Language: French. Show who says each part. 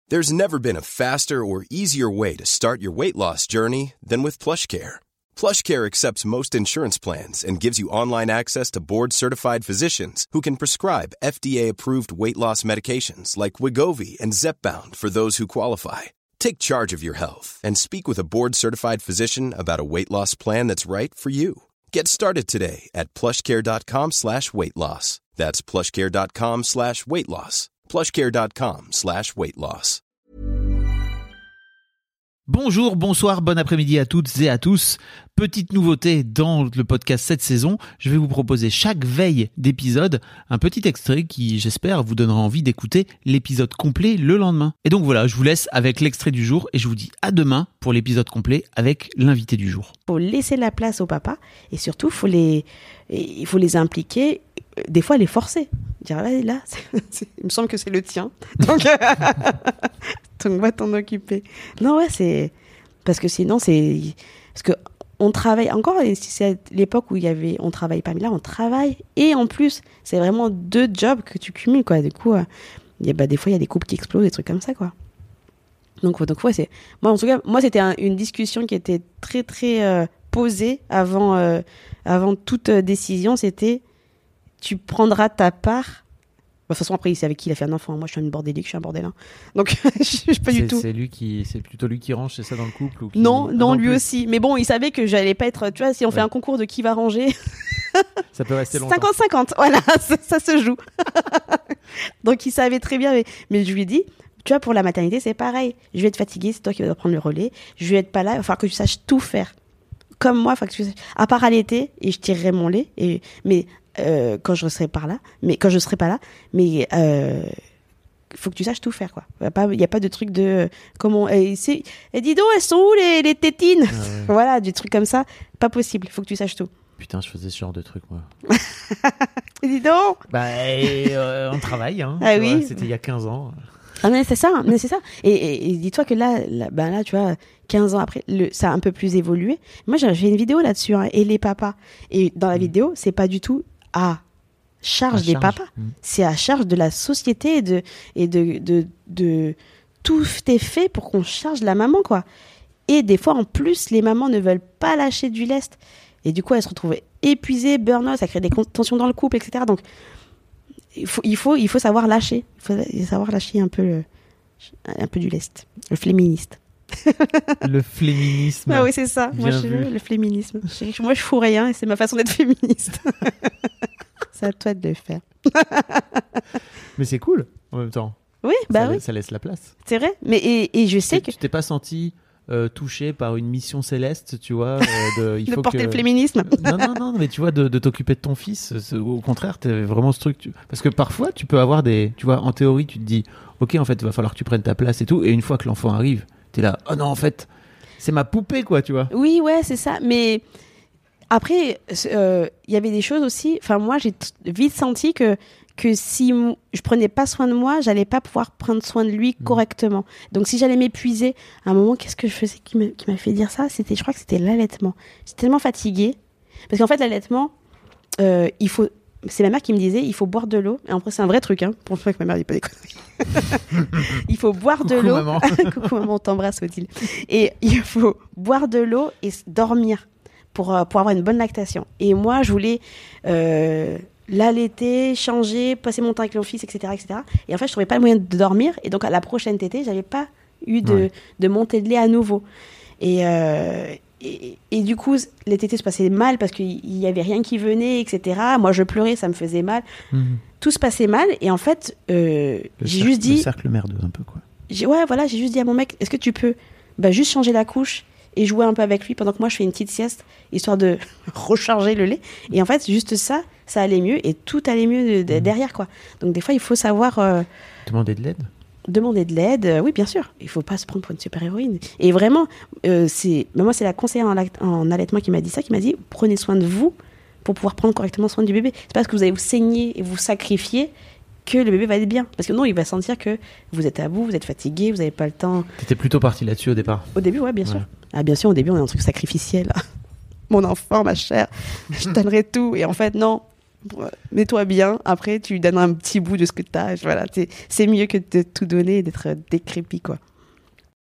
Speaker 1: There's never been a faster or easier way to start your weight loss journey than with PlushCare. PlushCare accepts most insurance plans and gives you online access to board-certified physicians who can prescribe FDA-approved weight loss medications like Wegovy and Zepbound for those who qualify. Take charge of your health and speak with a board-certified physician about a weight loss plan that's right for you. Get started today at plushcare.com/weightloss. That's plushcare.com/weightloss. plushcare.com/weightloss.
Speaker 2: Bonjour, bonsoir, bon après-midi à toutes et à tous. Petite nouveauté dans le podcast cette saison, je vais vous proposer chaque veille d'épisode un petit extrait qui, j'espère, vous donnera envie d'écouter l'épisode complet le lendemain. Et donc voilà, je vous laisse avec l'extrait du jour et je vous dis à demain pour l'épisode complet avec l'invité du jour.
Speaker 3: Il faut laisser la place au papa et surtout il faut les impliquer, des fois les forcer. Dire là, il me semble que c'est le tien. Donc va t'en occuper. Non, ouais, c'est parce que sinon parce que on travaille encore. C'est l'époque où on travaille pas, mais là on travaille et en plus c'est vraiment 2 jobs que tu cumules quoi. Du coup, des fois il y a des couples qui explosent, des trucs comme ça quoi. Donc ouais, c'est moi en tout cas c'était une discussion qui était très très posée avant toute décision. C'était tu prendras ta part. De toute façon, après, il sait avec qui il a fait un enfant. Moi, je suis une bordélique, je suis un bordélin. Donc, je suis pas du tout.
Speaker 2: C'est plutôt lui qui range, c'est ça dans le couple ou qui...
Speaker 3: Non, lui aussi. Mais bon, il savait que j'allais pas être. Tu vois, si on fait un concours de qui va ranger.
Speaker 2: Ça peut rester longtemps.
Speaker 3: 50-50, voilà, ça se joue. Donc, il savait très bien. Mais je lui ai dit, tu vois, pour la maternité, c'est pareil. Je vais être fatiguée, c'est toi qui vas prendre le relais. Je vais être pas là, il va falloir que tu saches tout faire. Comme moi, il faut que tu saches. À part allaiter, et je tirerai mon lait. Mais quand je serai pas là, mais faut que tu saches tout faire quoi. Il y a pas de truc de comment dis donc elles sont où les tétines Voilà, des trucs comme ça, pas possible, faut que tu saches tout.
Speaker 2: Putain, je faisais ce genre de truc moi.
Speaker 3: Dis donc.
Speaker 2: On travaille hein.
Speaker 3: Ah oui.
Speaker 2: Vois, c'était il y a 15 ans.
Speaker 3: Ah mais c'est ça. Et dis-toi que là tu vois 15 ans après, ça a un peu plus évolué. Moi j'ai fait une vidéo là-dessus et les papas. Et dans la vidéo, c'est pas du tout à charge des papas, c'est à charge de la société et de tout est fait pour qu'on charge la maman quoi. Et des fois en plus les mamans ne veulent pas lâcher du lest et du coup elles se retrouvent épuisées, burn-out, ça crée des tensions dans le couple, etc. Donc il faut savoir lâcher, un peu du lest, le féministe.
Speaker 2: Le féminisme.
Speaker 3: Ah oui, c'est ça. Moi, le féminisme. Moi, je fous rien et c'est ma façon d'être féministe. C'est à toi de le faire.
Speaker 2: Mais c'est cool en même temps.
Speaker 3: Oui,
Speaker 2: ça laisse la place.
Speaker 3: C'est vrai. Mais et je sais que
Speaker 2: tu t'es pas senti touché par une mission céleste, tu vois,
Speaker 3: de porter le féminisme.
Speaker 2: Non, mais tu vois, de t'occuper de ton fils. Au contraire, t'es vraiment structuré. Parce que parfois, tu peux avoir tu vois, en théorie, tu te dis, ok, en fait, il va falloir que tu prennes ta place et tout. Et une fois que l'enfant arrive, t'es là, oh non, en fait, c'est ma poupée, quoi, tu vois.
Speaker 3: Oui, ouais, c'est ça. Mais après, il y avait des choses aussi. Enfin, moi, j'ai vite senti que si je prenais pas soin de moi, j'allais pas pouvoir prendre soin de lui correctement. Donc, si j'allais m'épuiser, à un moment, qu'est-ce que je faisais qui m'a fait dire ça ? Je crois que c'était l'allaitement. J'étais tellement fatiguée. Parce qu'en fait, l'allaitement, c'est ma mère qui me disait, il faut boire de l'eau. Et après, c'est un vrai truc, hein. Pour une fois que ma mère dit pas des conneries. Il faut boire de l'eau.
Speaker 2: Maman.
Speaker 3: Coucou maman, on t'embrasse, Odile. Et il faut boire de l'eau et dormir pour avoir une bonne lactation. Et moi, je voulais l'allaiter, changer, passer mon temps avec mon fils, etc., etc. Et en fait, je trouvais pas le moyen de dormir. Et donc, à la prochaine tétée, j'avais pas eu de montée de lait à nouveau. Et du coup, les tétées se passaient mal parce qu'il y avait rien qui venait, etc. Moi, je pleurais, ça me faisait mal. Tout se passait mal. Et en fait, j'ai juste dit...
Speaker 2: Le cercle merdeux, un peu, quoi.
Speaker 3: J'ai juste dit à mon mec, est-ce que tu peux juste changer la couche et jouer un peu avec lui pendant que moi, je fais une petite sieste, histoire de recharger le lait. Et en fait, juste ça allait mieux et tout allait mieux derrière, quoi. Donc, des fois, il faut savoir...
Speaker 2: Demander de l'aide,
Speaker 3: oui, bien sûr. Il ne faut pas se prendre pour une super-héroïne. Et vraiment, c'est la conseillère en allaitement qui m'a dit ça, qui m'a dit, prenez soin de vous pour pouvoir prendre correctement soin du bébé. C'est pas parce que vous allez vous saigner et vous sacrifier que le bébé va être bien. Parce que non, il va sentir que vous êtes à bout, vous êtes fatigué, vous n'avez pas le temps.
Speaker 2: T'étais plutôt partie là-dessus au départ.
Speaker 3: Au début, ouais, bien sûr. Ah, bien sûr, au début, on est un truc sacrificiel. Mon enfant, ma chère, je donnerai tout. Et en fait, non. Mets-toi bien, après tu donnes un petit bout de ce que tu as. Voilà, c'est mieux que de tout donner et d'être décrépit, quoi.